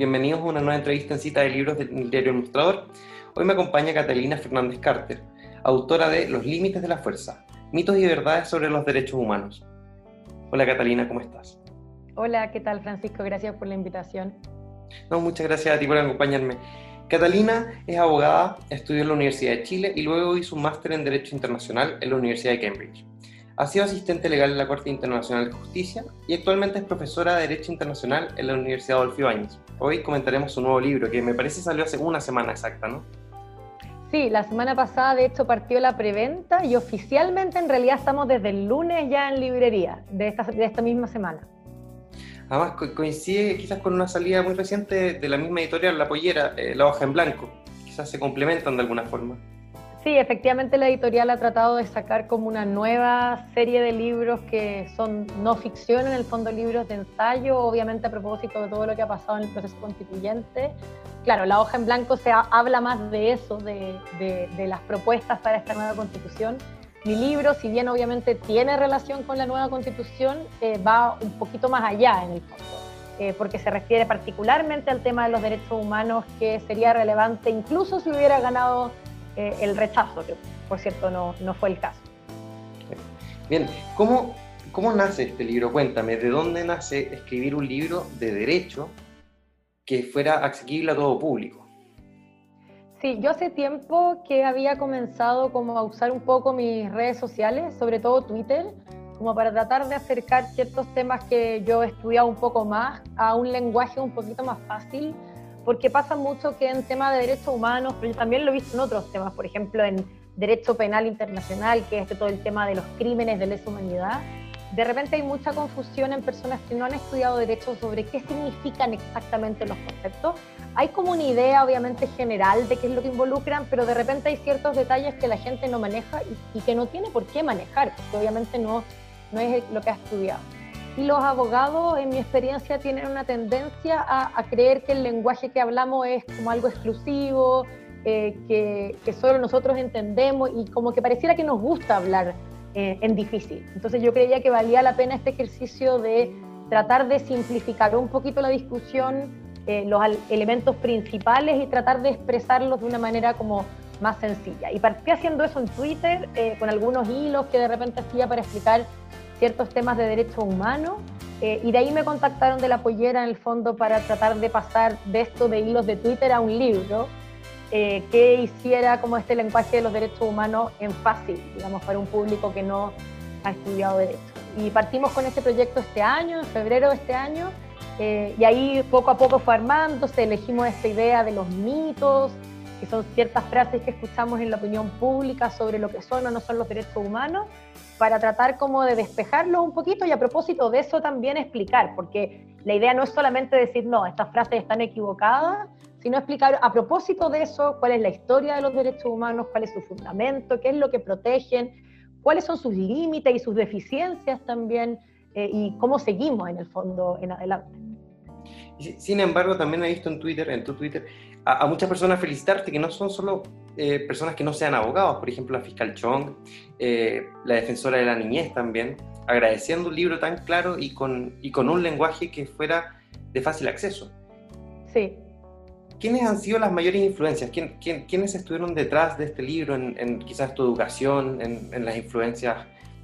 bienvenidos a una nueva entrevista en cita de libros del diario El Mostrador. Hoy me acompaña Catalina Fernández Carter, autora de Los límites de la fuerza, mitos y verdades sobre los derechos humanos. Hola Catalina, ¿cómo estás? Hola, ¿qué tal Francisco? Gracias por la invitación. No, muchas gracias a ti por acompañarme. Catalina es abogada, estudió en la Universidad de Chile y luego hizo un máster en Derecho Internacional en la Universidad de Cambridge. Ha sido asistente legal en la Corte Internacional de Justicia y actualmente es profesora de Derecho Internacional en la Universidad Adolfo Ibáñez. Hoy comentaremos su nuevo libro, que me parece salió hace una semana exacta, ¿no? Sí, la semana pasada de hecho partió la preventa y oficialmente en realidad estamos desde el lunes ya en librería de esta misma semana. Además coincide quizás con una salida muy reciente de la misma editorial, La Pollera, La Hoja en Blanco. Quizás se complementan de alguna forma. Sí, efectivamente la editorial ha tratado de sacar como una nueva serie de libros que son no ficción, en el fondo libros de ensayo, obviamente a propósito de todo lo que ha pasado en el proceso constituyente. Claro, La Hoja en Blanco habla más de eso, de las propuestas para esta nueva constitución. Mi libro, si bien obviamente tiene relación con la nueva constitución, va un poquito más allá en el fondo, porque se refiere particularmente al tema de los derechos humanos, que sería relevante incluso si hubiera ganado el rechazo, que por cierto no fue el caso. Bien, ¿cómo nace este libro? Cuéntame, ¿de dónde nace escribir un libro de derecho que fuera asequible a todo público? Sí, yo hace tiempo que había comenzado como a usar un poco mis redes sociales, sobre todo Twitter, como para tratar de acercar ciertos temas que yo he estudiado un poco más a un lenguaje un poquito más fácil, porque pasa mucho que en temas de derechos humanos, pero yo también lo he visto en otros temas, por ejemplo en derecho penal internacional, que es todo el tema de los crímenes de lesa humanidad, de repente hay mucha confusión en personas que no han estudiado derecho sobre qué significan exactamente los conceptos. Hay como una idea obviamente general de qué es lo que involucran, pero de repente hay ciertos detalles que la gente no maneja y que no tiene por qué manejar, porque obviamente no es lo que ha estudiado. Y los abogados, en mi experiencia, tienen una tendencia a creer que el lenguaje que hablamos es como algo exclusivo, que solo nosotros entendemos y como que pareciera que nos gusta hablar en difícil. Entonces yo creía que valía la pena este ejercicio de tratar de simplificar un poquito la discusión, los elementos principales y tratar de expresarlos de una manera como más sencilla. Y partí haciendo eso en Twitter, con algunos hilos que de repente hacía para explicar ciertos temas de derechos humanos, y de ahí me contactaron de La Pollera en el fondo para tratar de pasar de esto de hilos de Twitter a un libro que hiciera como este lenguaje de los derechos humanos en fácil, digamos, para un público que no ha estudiado derecho. Y partimos con este proyecto este año, en febrero de este año, y ahí poco a poco fue armándose, elegimos esta idea de los mitos, que son ciertas frases que escuchamos en la opinión pública sobre lo que son o no son los derechos humanos, para tratar como de despejarlos un poquito y a propósito de eso también explicar, porque la idea no es solamente decir, no, estas frases están equivocadas, sino explicar a propósito de eso cuál es la historia de los derechos humanos, cuál es su fundamento, qué es lo que protegen, cuáles son sus límites y sus deficiencias también, y cómo seguimos en el fondo en adelante. Sin embargo, también he visto en tu Twitter, a muchas personas felicitarte que no son solo personas que no sean abogados, por ejemplo la fiscal Chong, la defensora de la niñez también, agradeciendo un libro tan claro y con un lenguaje que fuera de fácil acceso. Sí. ¿Quiénes han sido las mayores influencias? ¿Quiénes estuvieron detrás de este libro en quizás tu educación, en las influencias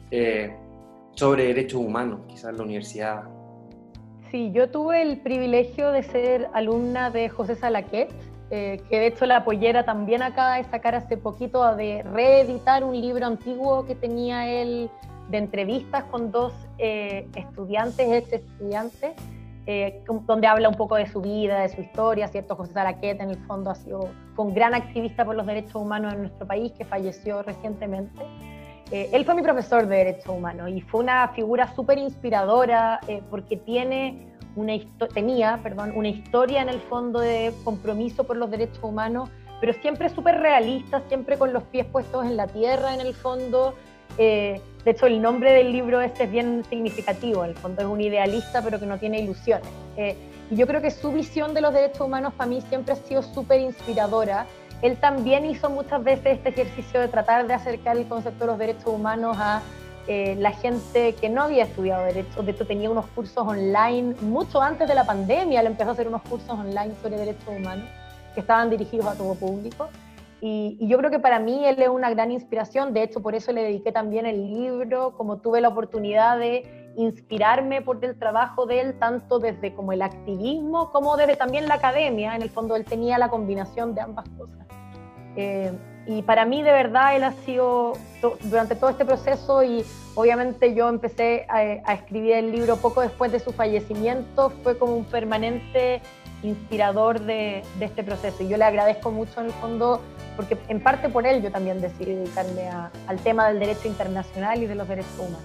sobre derechos humanos, quizás en la universidad? Sí, yo tuve el privilegio de ser alumna de José Salaquet, que de hecho La Pollera también acaba de sacar hace poquito, de reeditar un libro antiguo que tenía él de entrevistas con dos estudiantes, ex estudiantes, donde habla un poco de su vida, de su historia, ¿cierto? José Salaquet en el fondo fue un gran activista por los derechos humanos en nuestro país, que falleció recientemente. Él fue mi profesor de Derechos Humanos y fue una figura súper inspiradora, porque tenía una historia en el fondo de compromiso por los derechos humanos, pero siempre súper realista, siempre con los pies puestos en la tierra en el fondo. De hecho, el nombre del libro este es bien significativo, en el fondo es un idealista pero que no tiene ilusiones. Y yo creo que su visión de los derechos humanos para mí siempre ha sido súper inspiradora. Él también hizo muchas veces este ejercicio de tratar de acercar el concepto de los derechos humanos a la gente que no había estudiado Derecho. De hecho, tenía unos cursos online, mucho antes de la pandemia, él empezó a hacer unos cursos online sobre derechos humanos, que estaban dirigidos a todo público. Y yo creo que para mí él es una gran inspiración, de hecho por eso le dediqué también el libro, como tuve la oportunidad de inspirarme por el trabajo de él, tanto desde como el activismo, como desde también la academia. En el fondo él tenía la combinación de ambas cosas. Y para mí de verdad él ha sido, durante todo este proceso, y obviamente yo empecé a escribir el libro poco después de su fallecimiento, fue como un permanente inspirador de este proceso, y yo le agradezco mucho en el fondo, porque en parte por él yo también decidí dedicarme al tema del derecho internacional y de los derechos humanos.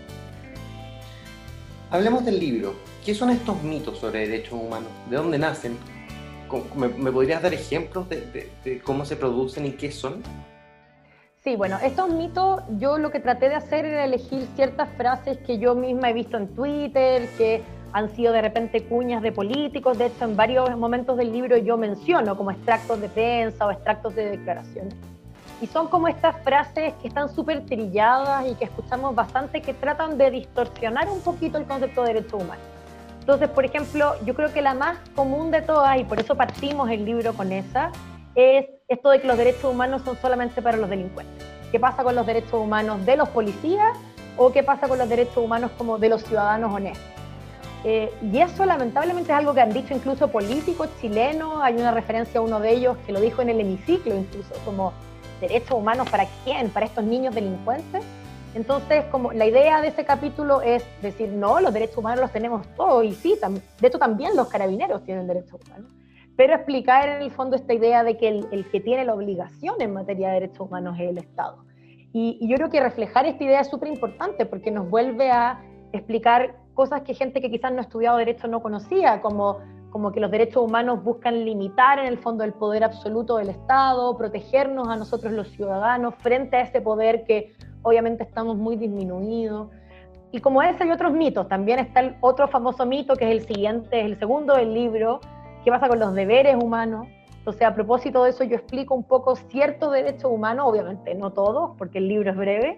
Hablemos del libro. ¿Qué son estos mitos sobre derechos humanos? ¿De dónde nacen? ¿Me podrías dar ejemplos de cómo se producen y qué son? Sí, bueno, estos mitos yo lo que traté de hacer era elegir ciertas frases que yo misma he visto en Twitter, que han sido de repente cuñas de políticos. De hecho, en varios momentos del libro yo menciono como extractos de prensa o extractos de declaraciones. Y son como estas frases que están súper trilladas y que escuchamos bastante, que tratan de distorsionar un poquito el concepto de derechos humanos. Entonces, por ejemplo, yo creo que la más común de todas, y por eso partimos el libro con esa, es esto de que los derechos humanos son solamente para los delincuentes. ¿Qué pasa con los derechos humanos de los policías o qué pasa con los derechos humanos como de los ciudadanos honestos? Y eso lamentablemente es algo que han dicho incluso políticos chilenos. Hay una referencia a uno de ellos que lo dijo en el hemiciclo incluso, como derechos humanos ¿para quién? ¿Para estos niños delincuentes? Entonces, como la idea de ese capítulo es decir, no, los derechos humanos los tenemos todos, y sí, de hecho también los carabineros tienen derechos humanos, pero explicar en el fondo esta idea de que el que tiene la obligación en materia de derechos humanos es el Estado. Y yo creo que reflejar esta idea es súper importante, porque nos vuelve a explicar cosas que gente que quizás no ha estudiado derecho no conocía, como que los derechos humanos buscan limitar en el fondo el poder absoluto del Estado, protegernos a nosotros los ciudadanos frente a ese poder que obviamente estamos muy disminuidos. Y como ese hay otros mitos, también está el otro famoso mito que es el siguiente, es el segundo del libro, ¿qué pasa con los deberes humanos? Entonces, a propósito de eso, yo explico un poco ciertos derechos humanos, obviamente no todos, porque el libro es breve,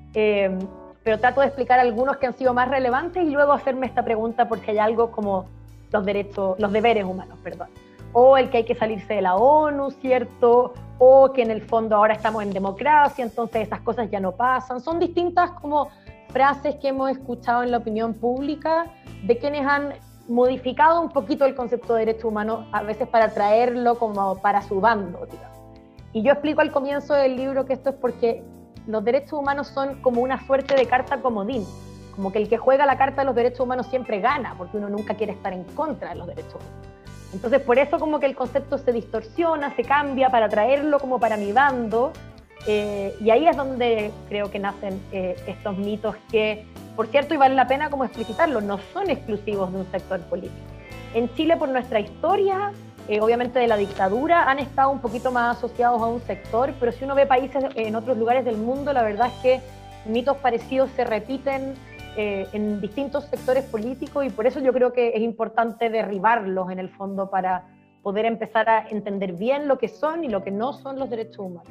pero trato de explicar algunos que han sido más relevantes y luego hacerme esta pregunta por si hay algo como los deberes humanos, perdón. O el que hay que salirse de la ONU, ¿cierto? O que en el fondo ahora estamos en democracia, entonces esas cosas ya no pasan. Son distintas como frases que hemos escuchado en la opinión pública de quienes han modificado un poquito el concepto de derechos humanos, a veces para traerlo como para su bando, digamos. Y yo explico al comienzo del libro que esto es porque los derechos humanos son como una suerte de carta comodín, como que el que juega la carta de los derechos humanos siempre gana, porque uno nunca quiere estar en contra de los derechos humanos. Entonces, por eso como que el concepto se distorsiona, se cambia para traerlo como para mi bando, y ahí es donde creo que nacen estos mitos que, por cierto, y vale la pena como explicitarlo, no son exclusivos de un sector político. En Chile, por nuestra historia, obviamente de la dictadura, han estado un poquito más asociados a un sector, pero si uno ve países en otros lugares del mundo, la verdad es que mitos parecidos se repiten en distintos sectores políticos, y por eso yo creo que es importante derribarlos en el fondo para poder empezar a entender bien lo que son y lo que no son los derechos humanos.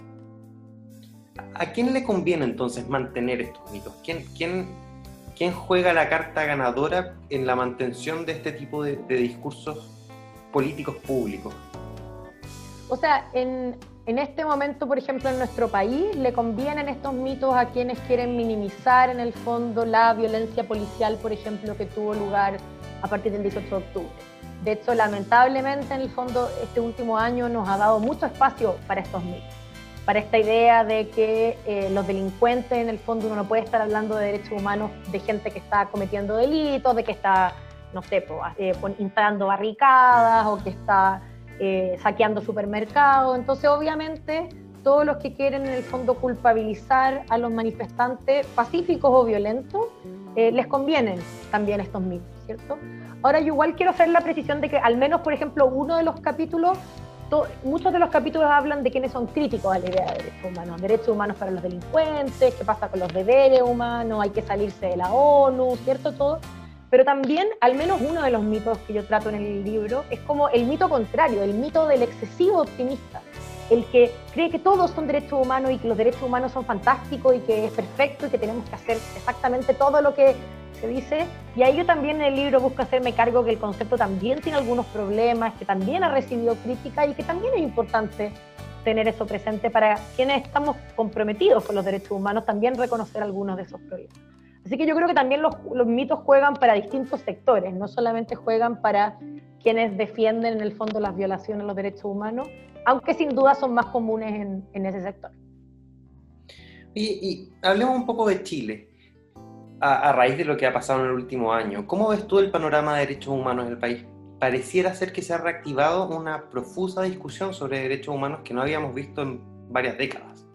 ¿A quién le conviene entonces mantener estos mitos? ¿Quién juega la carta ganadora en la mantención de este tipo de discursos políticos públicos? O sea, en este momento, por ejemplo, en nuestro país, le convienen estos mitos a quienes quieren minimizar en el fondo la violencia policial, por ejemplo, que tuvo lugar a partir del 18 de octubre. De hecho, lamentablemente, en el fondo, este último año nos ha dado mucho espacio para estos mitos, para esta idea de que los delincuentes, en el fondo, uno no puede estar hablando de derechos humanos de gente que está cometiendo delitos, de que está, no sé, instalando barricadas o que está saqueando supermercados. Entonces, obviamente, todos los que quieren, en el fondo, culpabilizar a los manifestantes pacíficos o violentos, les convienen también estos mitos, ¿cierto? Ahora, yo igual quiero hacer la precisión de que, al menos, por ejemplo, uno de los capítulos, muchos de los capítulos hablan de quienes son críticos a la idea de derechos humanos para los delincuentes, qué pasa con los deberes humanos, hay que salirse de la ONU, ¿cierto? Todo. Pero también, al menos uno de los mitos que yo trato en el libro, es como el mito contrario, el mito del excesivo optimista. el que cree que todos son derechos humanos y que los derechos humanos son fantásticos y que es perfecto y que tenemos que hacer exactamente todo lo que se dice. Y ahí yo también en el libro busco hacerme cargo que el concepto también tiene algunos problemas, que también ha recibido crítica y que también es importante tener eso presente para quienes estamos comprometidos con los derechos humanos, también reconocer algunos de esos problemas. Así que yo creo que también los mitos juegan para distintos sectores, no solamente juegan para quienes defienden en el fondo las violaciones a los derechos humanos, aunque sin duda son más comunes en ese sector. Y hablemos un poco de Chile, a raíz de lo que ha pasado en el último año. ¿Cómo ves tú el panorama de derechos humanos en el país? Pareciera ser que se ha reactivado una profusa discusión sobre derechos humanos que no habíamos visto en varias décadas.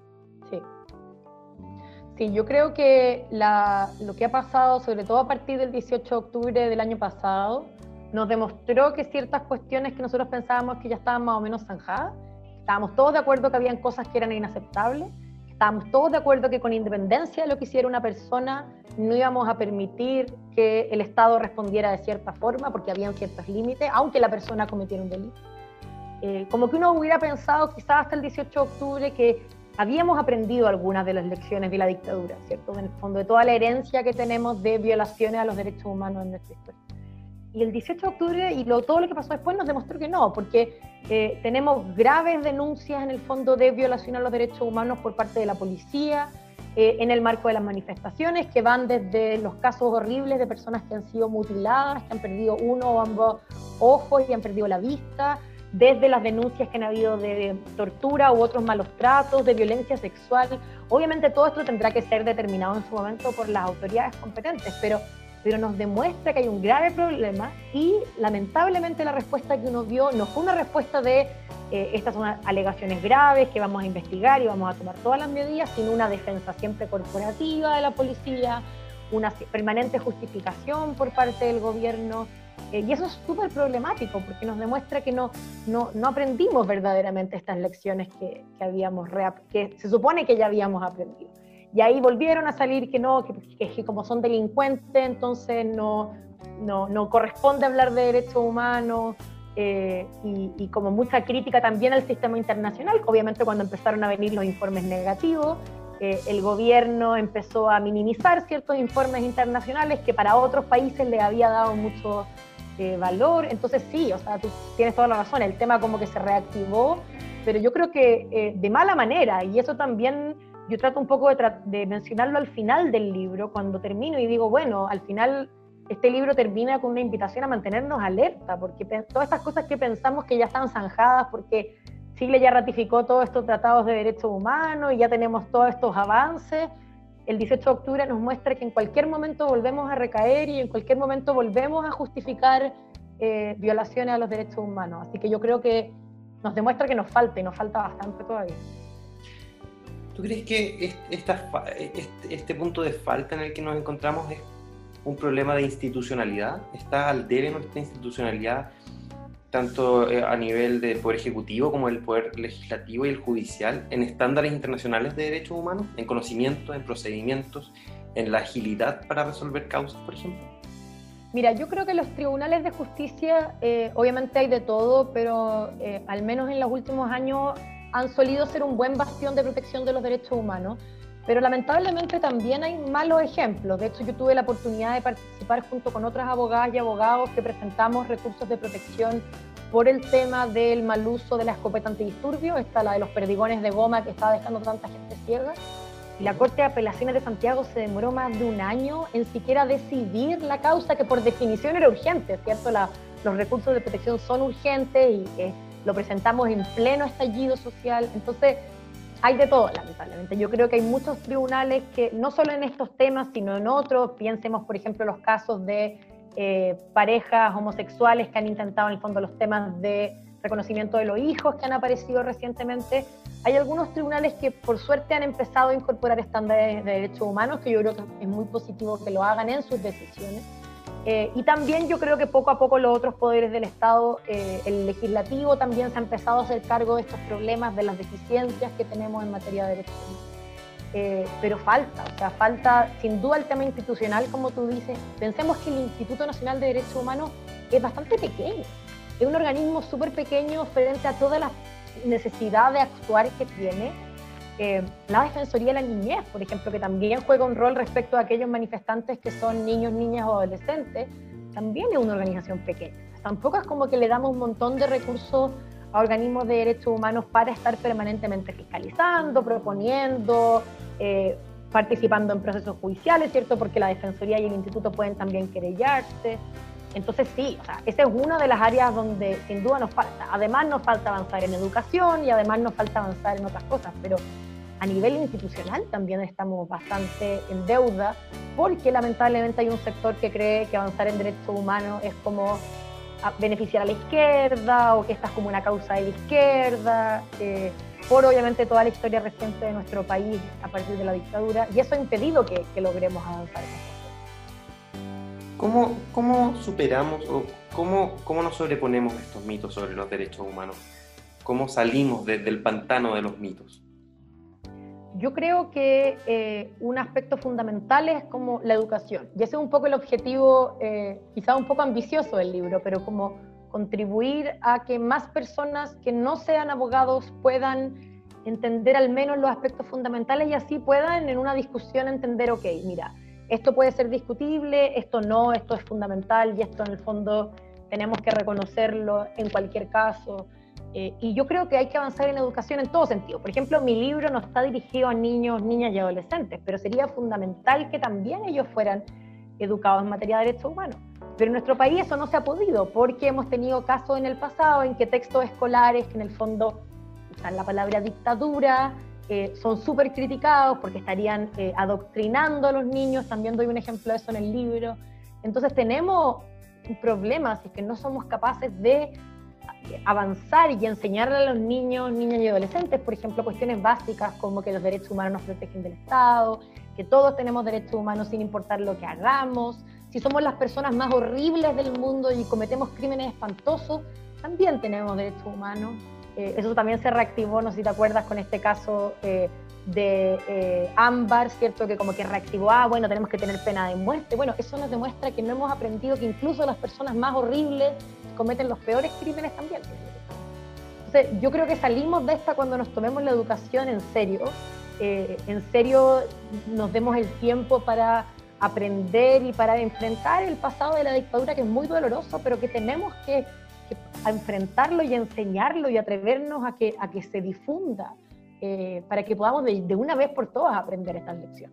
Sí, yo creo que lo que ha pasado, sobre todo a partir del 18 de octubre del año pasado, nos demostró que ciertas cuestiones que nosotros pensábamos que ya estaban más o menos zanjadas, estábamos todos de acuerdo que habían cosas que eran inaceptables, estábamos todos de acuerdo que con independencia de lo que hiciera una persona, no íbamos a permitir que el Estado respondiera de cierta forma, porque habían ciertos límites, aunque la persona cometiera un delito. Como que uno hubiera pensado quizás hasta el 18 de octubre que habíamos aprendido algunas de las lecciones de la dictadura, ¿cierto? En el fondo de toda la herencia que tenemos de violaciones a los derechos humanos en nuestra historia. Y el 18 de octubre y todo lo que pasó después nos demostró que no, porque tenemos graves denuncias en el fondo de violación a los derechos humanos por parte de la policía, en el marco de las manifestaciones, que van desde los casos horribles de personas que han sido mutiladas, que han perdido uno o ambos ojos y han perdido la vista, desde las denuncias que han habido de tortura u otros malos tratos, de violencia sexual. Obviamente todo esto tendrá que ser determinado en su momento por las autoridades competentes, pero nos demuestra que hay un grave problema y lamentablemente la respuesta que uno vio no fue una respuesta de estas son alegaciones graves que vamos a investigar y vamos a tomar todas las medidas, sino una defensa siempre corporativa de la policía, una permanente justificación por parte del gobierno. Y eso es súper problemático porque nos demuestra que no aprendimos verdaderamente estas lecciones que se supone que ya habíamos aprendido. Y ahí volvieron a salir que como son delincuentes, entonces no corresponde hablar de derechos humanos, y como mucha crítica también al sistema internacional. Obviamente cuando empezaron a venir los informes negativos, el gobierno empezó a minimizar ciertos informes internacionales que para otros países les había dado mucho valor. Entonces sí, o sea, tú tienes toda la razón, el tema como que se reactivó, pero yo creo que de mala manera, y eso también yo trato un poco de mencionarlo al final del libro, cuando termino y digo, bueno, al final este libro termina con una invitación a mantenernos alerta, porque todas estas cosas que pensamos que ya están zanjadas, porque Chile ya ratificó todos estos tratados de derechos humanos y ya tenemos todos estos avances, el 18 de octubre nos muestra que en cualquier momento volvemos a recaer y en cualquier momento volvemos a justificar violaciones a los derechos humanos. Así que yo creo que nos demuestra que nos falta, y nos falta bastante todavía. ¿Tú crees que este punto de falta en el que nos encontramos es un problema de institucionalidad? ¿Está al debe nuestra institucionalidad, tanto a nivel del Poder Ejecutivo como del Poder Legislativo y el Judicial, en estándares internacionales de derechos humanos, en conocimientos, en procedimientos, en la agilidad para resolver causas, por ejemplo? Mira, yo creo que los tribunales de justicia, obviamente hay de todo, pero al menos en los últimos años han solido ser un buen bastión de protección de los derechos humanos, pero lamentablemente también hay malos ejemplos. De hecho, yo tuve la oportunidad de participar junto con otras abogadas y abogados que presentamos recursos de protección por el tema del mal uso de la escopeta antidisturbio, esta la de los perdigones de goma que está dejando tanta gente ciega. Y la Corte de Apelaciones de Santiago se demoró más de un año en siquiera decidir la causa, que por definición era urgente, ¿cierto? Los recursos de protección son urgentes y lo presentamos en pleno estallido social. Entonces, hay de todo, lamentablemente. Yo creo que hay muchos tribunales que, no solo en estos temas, sino en otros, piensemos, por ejemplo, los casos de parejas homosexuales que han intentado, en el fondo, los temas de reconocimiento de los hijos que han aparecido recientemente. Hay algunos tribunales que, por suerte, han empezado a incorporar estándares de derechos humanos, que yo creo que es muy positivo que lo hagan en sus decisiones. Y también yo creo que poco a poco los otros poderes del Estado, el legislativo también se ha empezado a hacer cargo de estos problemas, de las deficiencias que tenemos en materia de derechos humanos. Pero falta sin duda el tema institucional, como tú dices. Pensemos que el Instituto Nacional de Derechos Humanos es bastante pequeño, es un organismo súper pequeño frente a todas las necesidad de actuar que tiene la Defensoría de la Niñez, por ejemplo, que también juega un rol respecto a aquellos manifestantes que son niños, niñas o adolescentes, también es una organización pequeña. Tampoco es como que le damos un montón de recursos a organismos de derechos humanos para estar permanentemente fiscalizando, proponiendo, participando en procesos judiciales, ¿cierto? Porque la Defensoría y el Instituto pueden también querellarse. Entonces sí, o sea, esa es una de las áreas donde sin duda nos falta. Además nos falta avanzar en educación y además nos falta avanzar en otras cosas, pero a nivel institucional también estamos bastante en deuda porque lamentablemente hay un sector que cree que avanzar en derechos humanos es como beneficiar a la izquierda o que esta es como una causa de la izquierda, por obviamente toda la historia reciente de nuestro país a partir de la dictadura, y eso ha impedido que logremos avanzar. ¿Cómo superamos o cómo nos sobreponemos a estos mitos sobre los derechos humanos? ¿Cómo salimos del pantano de los mitos? Yo creo que un aspecto fundamental es como la educación, y ese es un poco el objetivo, quizá un poco ambicioso del libro, pero como contribuir a que más personas que no sean abogados puedan entender al menos los aspectos fundamentales y así puedan en una discusión entender, ok, mira, esto puede ser discutible, esto no, esto es fundamental y esto en el fondo tenemos que reconocerlo en cualquier caso. Y yo creo que hay que avanzar en educación en todo sentido. Por ejemplo, mi libro no está dirigido a niños, niñas y adolescentes, pero sería fundamental que también ellos fueran educados en materia de derechos humanos. Pero en nuestro país eso no se ha podido, porque hemos tenido casos en el pasado en que textos escolares que en el fondo usan la palabra dictadura, son súper criticados porque estarían adoctrinando a los niños. También doy un ejemplo de eso en el libro. Entonces tenemos un problema si es que no somos capaces de avanzar y enseñarle a los niños, niñas y adolescentes, por ejemplo, cuestiones básicas como que los derechos humanos nos protegen del Estado, que todos tenemos derechos humanos sin importar lo que hagamos. Si somos las personas más horribles del mundo y cometemos crímenes espantosos, también tenemos derechos humanos. Eso también se reactivó, no sé si te acuerdas, con este caso de Ámbar, ¿cierto? Que como que reactivó, bueno, tenemos que tener pena de muerte. Bueno, eso nos demuestra que no hemos aprendido que incluso las personas más horribles cometen los peores crímenes también. Entonces, yo creo que salimos de esta cuando nos tomemos la educación en serio nos demos el tiempo para aprender y para enfrentar el pasado de la dictadura, que es muy doloroso, pero que tenemos que enfrentarlo y enseñarlo y atrevernos a que se difunda, para que podamos de una vez por todas aprender estas lecciones.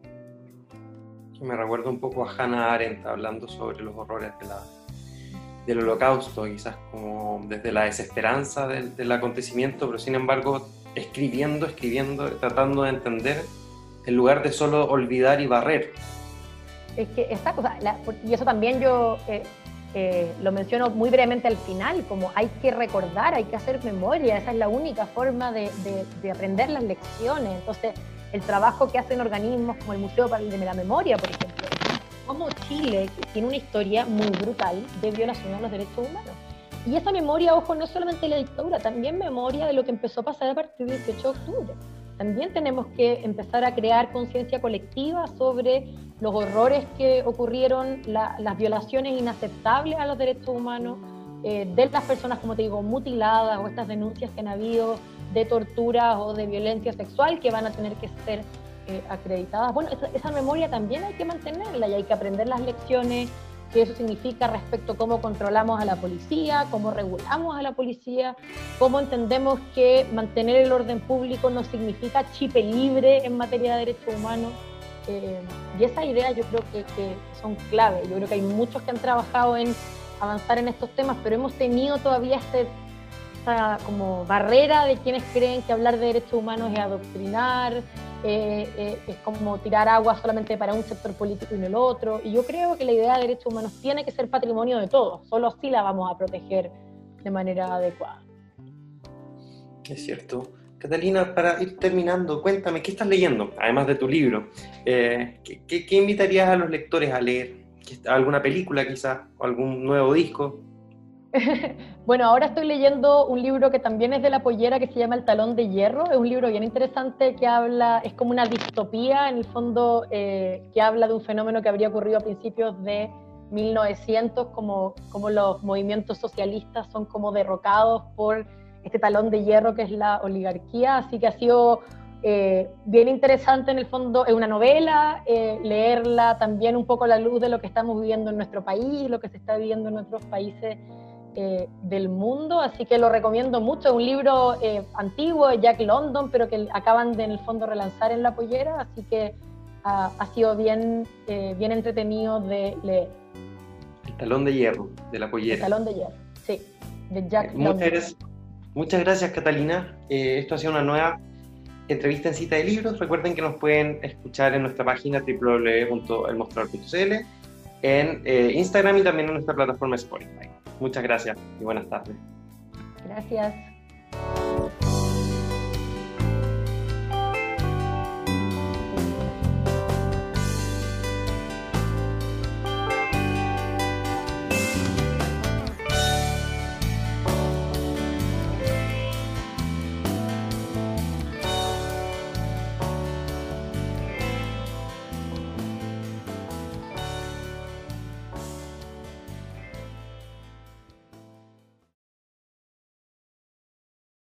Me recuerda un poco a Hannah Arendt hablando sobre los horrores del holocausto, quizás como desde la desesperanza del acontecimiento, pero sin embargo escribiendo, tratando de entender en lugar de solo olvidar y barrer. Es que esta cosa, y eso también yo lo menciono muy brevemente al final, como hay que recordar, hay que hacer memoria, esa es la única forma de aprender las lecciones. Entonces, el trabajo que hacen organismos como el Museo de la Memoria, por ejemplo, como Chile tiene una historia muy brutal de violación a los derechos humanos. Y esa memoria, ojo, no solamente de la dictadura, también memoria de lo que empezó a pasar a partir del 18 de octubre. También tenemos que empezar a crear conciencia colectiva sobre los horrores que ocurrieron, las violaciones inaceptables a los derechos humanos, de las personas, como te digo, mutiladas, o estas denuncias que han habido de torturas o de violencia sexual que van a tener que ser acreditadas. Bueno, esa memoria también hay que mantenerla y hay que aprender las lecciones que eso significa respecto a cómo controlamos a la policía, cómo regulamos a la policía, cómo entendemos que mantener el orden público no significa chipe libre en materia de derechos humanos. Y esas ideas yo creo que son clave. Yo creo que hay muchos que han trabajado en avanzar en estos temas, pero hemos tenido todavía esta como barrera de quienes creen que hablar de derechos humanos es adoctrinar, es como tirar agua solamente para un sector político y no el otro. Y yo creo que la idea de derechos humanos tiene que ser patrimonio de todos, solo así la vamos a proteger de manera adecuada. Es cierto. Catalina, para ir terminando, cuéntame, ¿qué estás leyendo, además de tu libro? ¿Qué invitarías a los lectores a leer? ¿Alguna película quizás? ¿O algún nuevo disco? Bueno, ahora estoy leyendo un libro que también es de La Pollera, que se llama El Talón de Hierro. Es un libro bien interesante que es como una distopía, en el fondo, que habla de un fenómeno que habría ocurrido a principios de 1900, como los movimientos socialistas son como derrocados por este talón de hierro que es la oligarquía, así que ha sido bien interesante en el fondo. Es una novela, leerla también un poco a la luz de lo que estamos viviendo en nuestro país, lo que se está viviendo en otros países del mundo, así que lo recomiendo mucho. Es un libro antiguo de Jack London, pero que acaban de en el fondo relanzar en La Pollera, así que ha sido bien entretenido de leer. El talón de hierro, de La Pollera. El talón de hierro, sí, de Jack London. Muchas gracias, Catalina. Esto ha sido una nueva entrevista en Cita de Libros. Recuerden que nos pueden escuchar en nuestra página www.elmostrador.cl, en Instagram y también en nuestra plataforma Spotify. Muchas gracias y buenas tardes. Gracias.